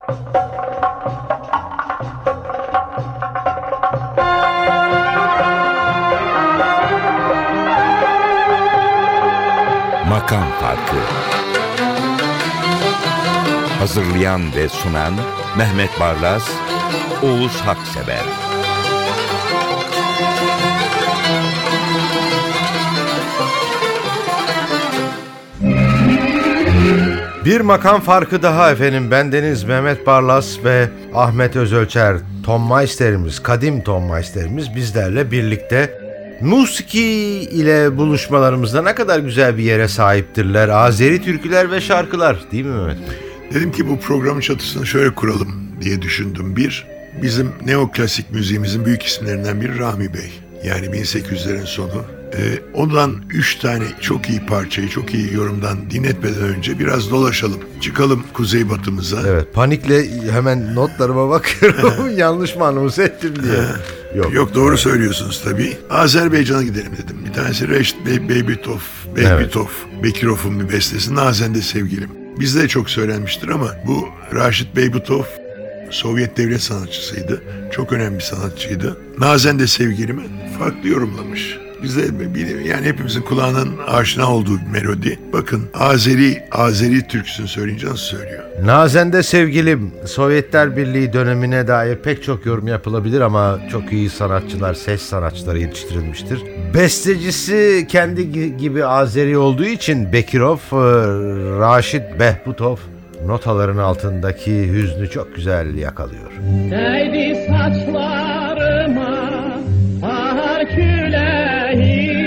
Makam Farkı. Hazırlayan ve sunan Mehmet Barlas, Oğuz Haksever. Bir makam farkı daha efendim. Bendeniz Mehmet Barlas ve Ahmet Özölçer, Tonmeister'imiz, kadim Tonmeister'imiz bizlerle birlikte. Musiki ile buluşmalarımızda ne kadar güzel bir yere sahiptirler. Azeri türküler ve şarkılar, değil mi Mehmet? Dedim ki bu programın çatısını şöyle kuralım diye düşündüm. Bizim neoklasik müziğimizin büyük isimlerinden biri Rahmi Bey. Yani 1800'lerin sonu. Ondan 3 tane çok iyi parçayı, çok iyi yorumdan dinletmeden önce biraz dolaşalım. Çıkalım kuzeybatımıza. Evet, panikle hemen notlarıma bakıyorum. Yanlış mı anons ettim diye. Yok doğru söylüyorsunuz tabii. Azerbaycan'a gidelim dedim. Bir tanesi Reşit Beybitov, Evet. Bekirov'un bir bestesi. Nazen'de sevgilim. Bizde de çok söylenmiştir ama bu Raşit Beybitov Sovyet devlet sanatçısıydı. Çok önemli bir sanatçıydı. Nazen'de sevgilimi farklı yorumlamış. Bizde yani hepimizin kulağının aşina olduğu bir melodi. Bakın Azeri türküsünü söyleyince nasıl söylüyor? Nazen'de sevgilim, Sovyetler Birliği dönemine dair pek çok yorum yapılabilir ama çok iyi sanatçılar, ses sanatçıları yetiştirilmiştir. Bestecisi kendi gibi Azeri olduğu için Bekirov, Raşit Behbutov notaların altındaki hüznü çok güzel yakalıyor. Değdi saçlarıma bahar küleği,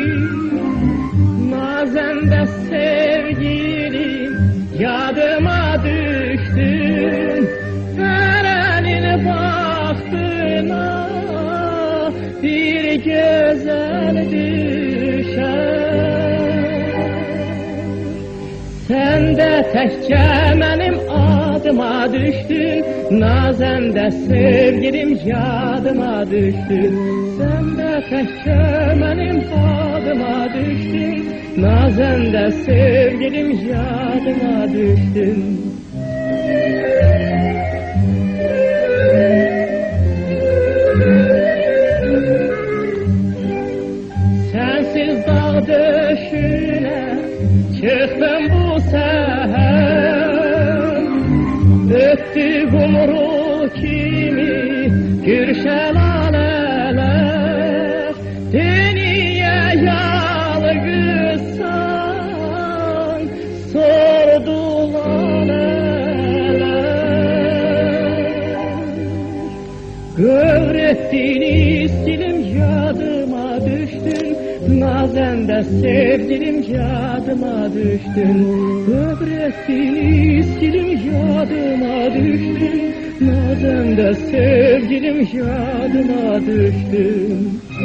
Nazen'de sevgilim yadıma düştün, Feren'in bahtına bir güzel düşer. Sen de təkcə mənim adıma düşdün, Nazəndə sevgilim yadıma düşdün. Sen de təkcə mənim adıma düşdün, Nazəndə sevgilim yadıma düşdün. Sensiz dağ döşüne çıktım bu seher, öptü kumru kimi gür şelaleler. Dünya yalgızsan sordular neler. Gövrettiğiniz dilim yadıma düştün, Nazen'de sevgilim yadıma düştün. Öbrettiğiniz dilim yadıma düştün, Nazen'de sevgilim yadıma düştün.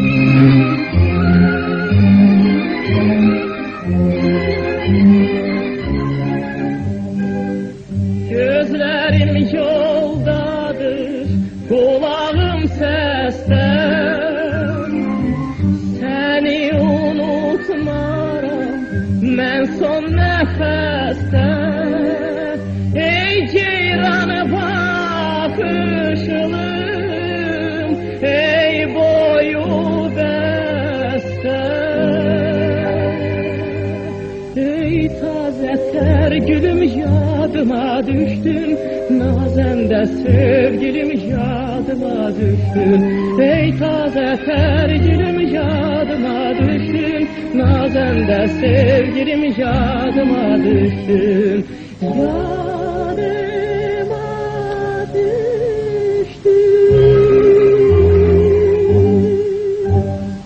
Gözlerim yoldadır, kulağım seste. Mən son nəfəsdə ey ceyranı baxışlım, ey boyu bəstə. Ey tazə tər gülüm yadıma düşdün, Nazəndə sevgilim yadıma düşdün. Ey tazə tər gülüm yadıma düşdün, Nazəndə sevgilim yadıma düşdün. Yadıma düşdün.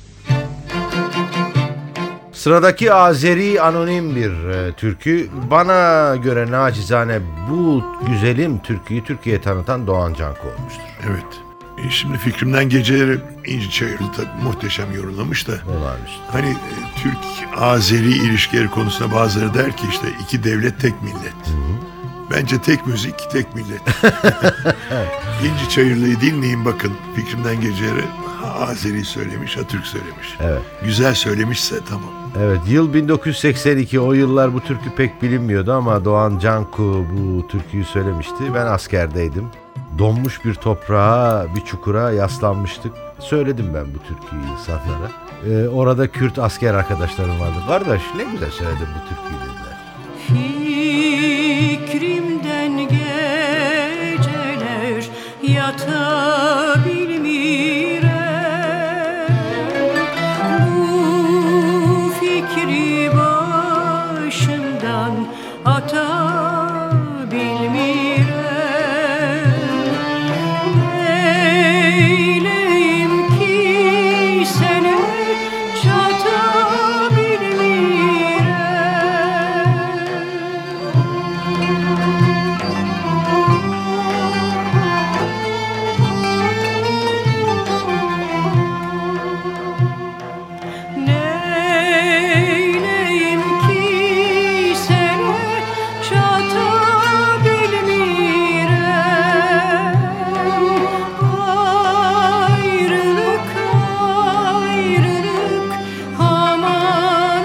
Sıradaki Azeri anonim bir türkü. Bana göre nacizane bu güzelim türküyü Türkiye'ye tanıtan Doğan Canko olmuştur. Evet. Şimdi Fikrimden Geceleri İnci Çayırlı tabii muhteşem yorumlamış da. Olağanüstü. Hani Türk-Azeri ilişkileri konusunda bazıları der ki işte iki devlet tek millet. Bence tek müzik, tek millet. İnci Çayırlı'yı dinleyin bakın. Fikrimden Geceleri ha Azeri söylemiş, ha Türk söylemiş. Evet. Güzel söylemişse tamam. Evet, yıl 1982. O yıllar bu türkü pek bilinmiyordu ama Doğan Canku bu türküyü söylemişti. Ben askerdeydim. Donmuş bir toprağa, bir çukura yaslanmıştık. Söyledim ben bu türküyü insanlara. Orada Kürt asker arkadaşlarım vardı. Kardeş ne güzel söyledin bu türküyü dediler. Fikrimden geceler yatabilmirem. Bu fikri başımdan atabilmirem. Neyleyim ki seni çatabilmirem. Neyleyim ki seni çatabilmirem. Ayrılık, ayrılık, aman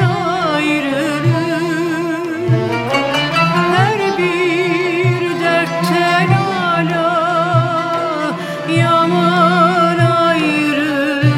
ayrılık. Her bir dertten ala yaman ayrılık.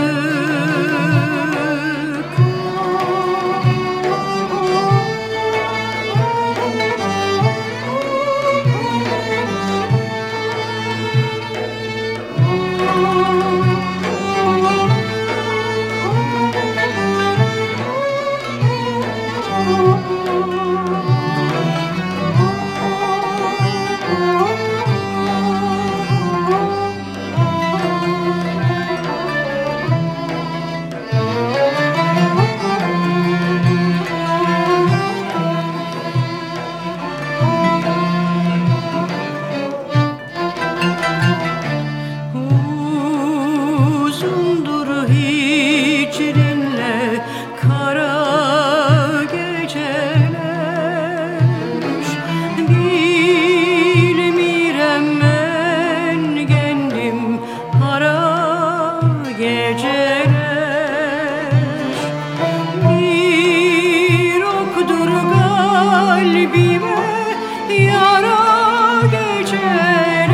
Uzundur hicrinle kara geceler. Bilmirem ben kendim hara geceler. Bir okdur kalbime yara geceler.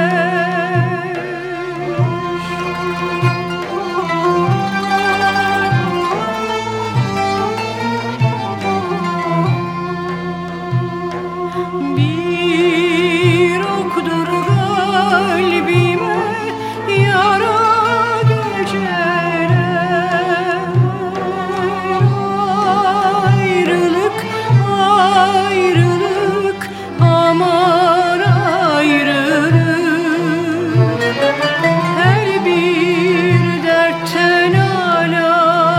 Bir okdur kalbime yara geceler. Ayrılık, ayrılık, aman ayrılık. Her bir dertten ala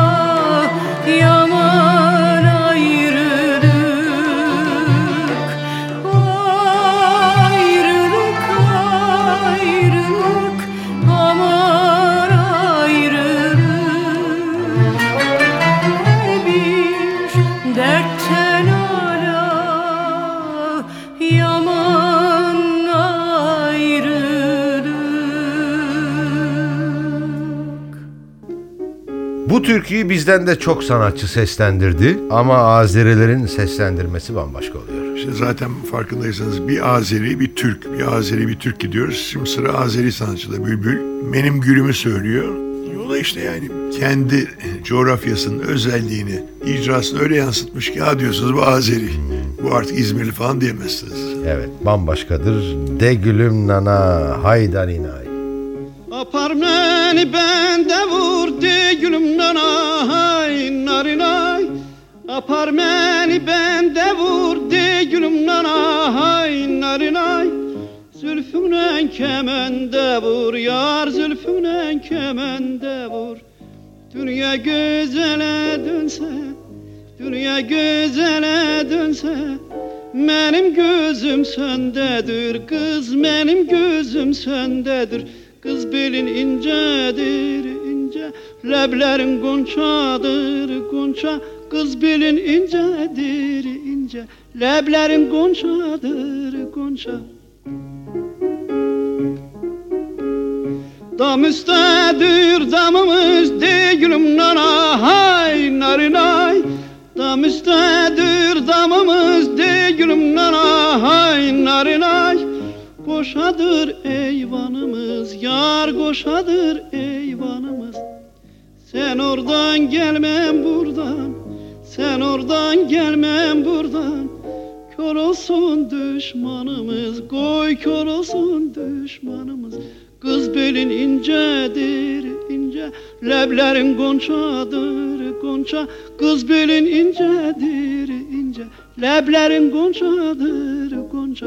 yaman ayrılık. Ayrılık, ayrılık, aman ayrılık. Her bir dertten ala yaman ayrılık. Bu türküyü bizden de çok sanatçı seslendirdi ama Azerilerin seslendirmesi bambaşka oluyor. İşte zaten farkındaysanız bir Azeri, bir Türk, bir Azeri, bir Türk gidiyoruz. Şimdi sıra Azeri sanatçıda Bülbül. Benim gülümü söylüyor. Yola işte yani kendi coğrafyasının özelliğini, icrasını öyle yansıtmış ki ha diyorsunuz bu Azeri. Bu artık İzmirli falan diyemezsiniz. Evet, bambaşkadır. De gülüm nana haydarinay. Apar beni bende vur de gülüm nana hay narinay. Apar beni bende vur de gülüm nana hay narinay. Zülfünle kemende vur yar zülfünle kemende vur. Dünya güzele dönse, dünya güzele dönse. Benim gözüm sendedir kız, benim gözüm sendedir. Kız belin incedir ince, leblerin gonçadır gonça. Kız belin incedir ince, leblerin goncadır gonca. Dam üstədir damımız de gülüm nana hay narinay. Dam üstədir damımız de gülüm nana hay narinay. Koşadır eyvanımız yar koşadır eyvanımız. Sen oradan gelmem buradan, sen oradan gelmem buradan. Kör olsun düşmanımız, koy kör olsun düşmanımız. Kız belin incedir ince, leblerin goncadır gonca. Kız belin incedir ince, leblerin goncadır gonca.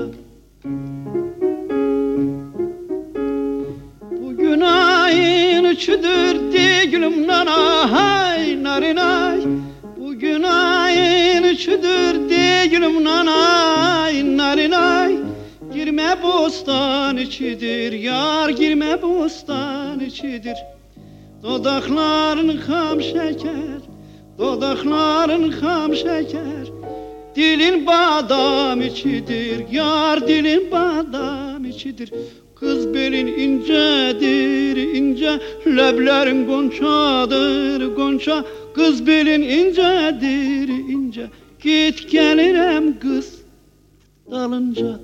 Bugün ayın üçüdür de gülüm nana hay narinay. Bugün ayın üçüdür de gülüm nanay narinay. Girme bostan içidir yar girme bostan içidir. Dodakların ham şeker, dodakların ham şeker. Dilin badam içidir yar dilin badam içidir. Kız belin incedir ince, leblerin goncadır gonca. Kız belin incedir ince, git gelirim kız dalınca.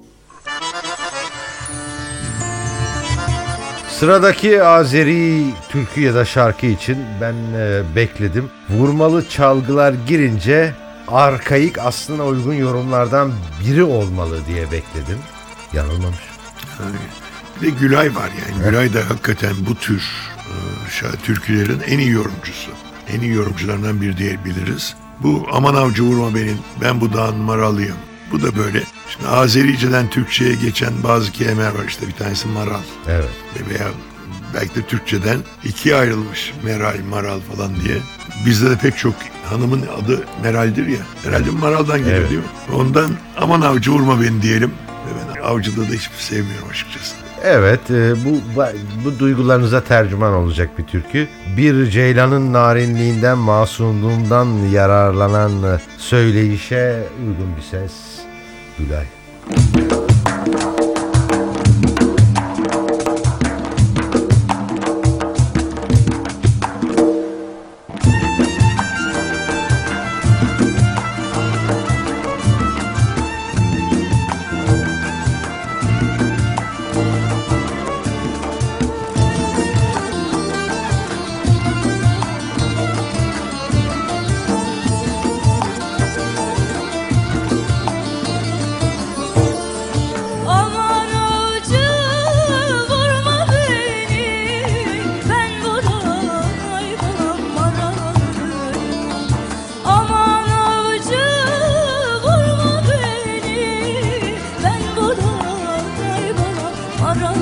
Sıradaki Azeri türkü ya da şarkı için ben bekledim. Vurmalı çalgılar girince arkaik aslına uygun yorumlardan biri olmalı diye bekledim. Yanılmamış. Bir de Gülay var yani. Gülay da hakikaten bu tür türkülerin en iyi yorumcusu. En iyi yorumcularından biri diyebiliriz. Bu Aman Avcı Vurma Benim, Ben Bu Dağın Maralıyım. Bu da böyle. Şimdi Azerice'den Türkçe'ye geçen bazı kelimeler var, işte bir tanesi maral. Evet. Veya belki de Türkçeden ikiye ayrılmış, meral, maral falan diye. Bizde de pek çok hanımın adı Meral'dir ya. Herhalde maraldan geliyor, evet, değil mi? Ondan Aman Avcı Vurma Beni diyelim. Ben avcılığı da hiç sevmiyorum açıkçası. Evet, bu duygularınıza tercüman olacak bir türkü. Bir ceylanın narinliğinden, masumluğundan yararlanan söyleyişe uygun bir ses. Gülay. Ara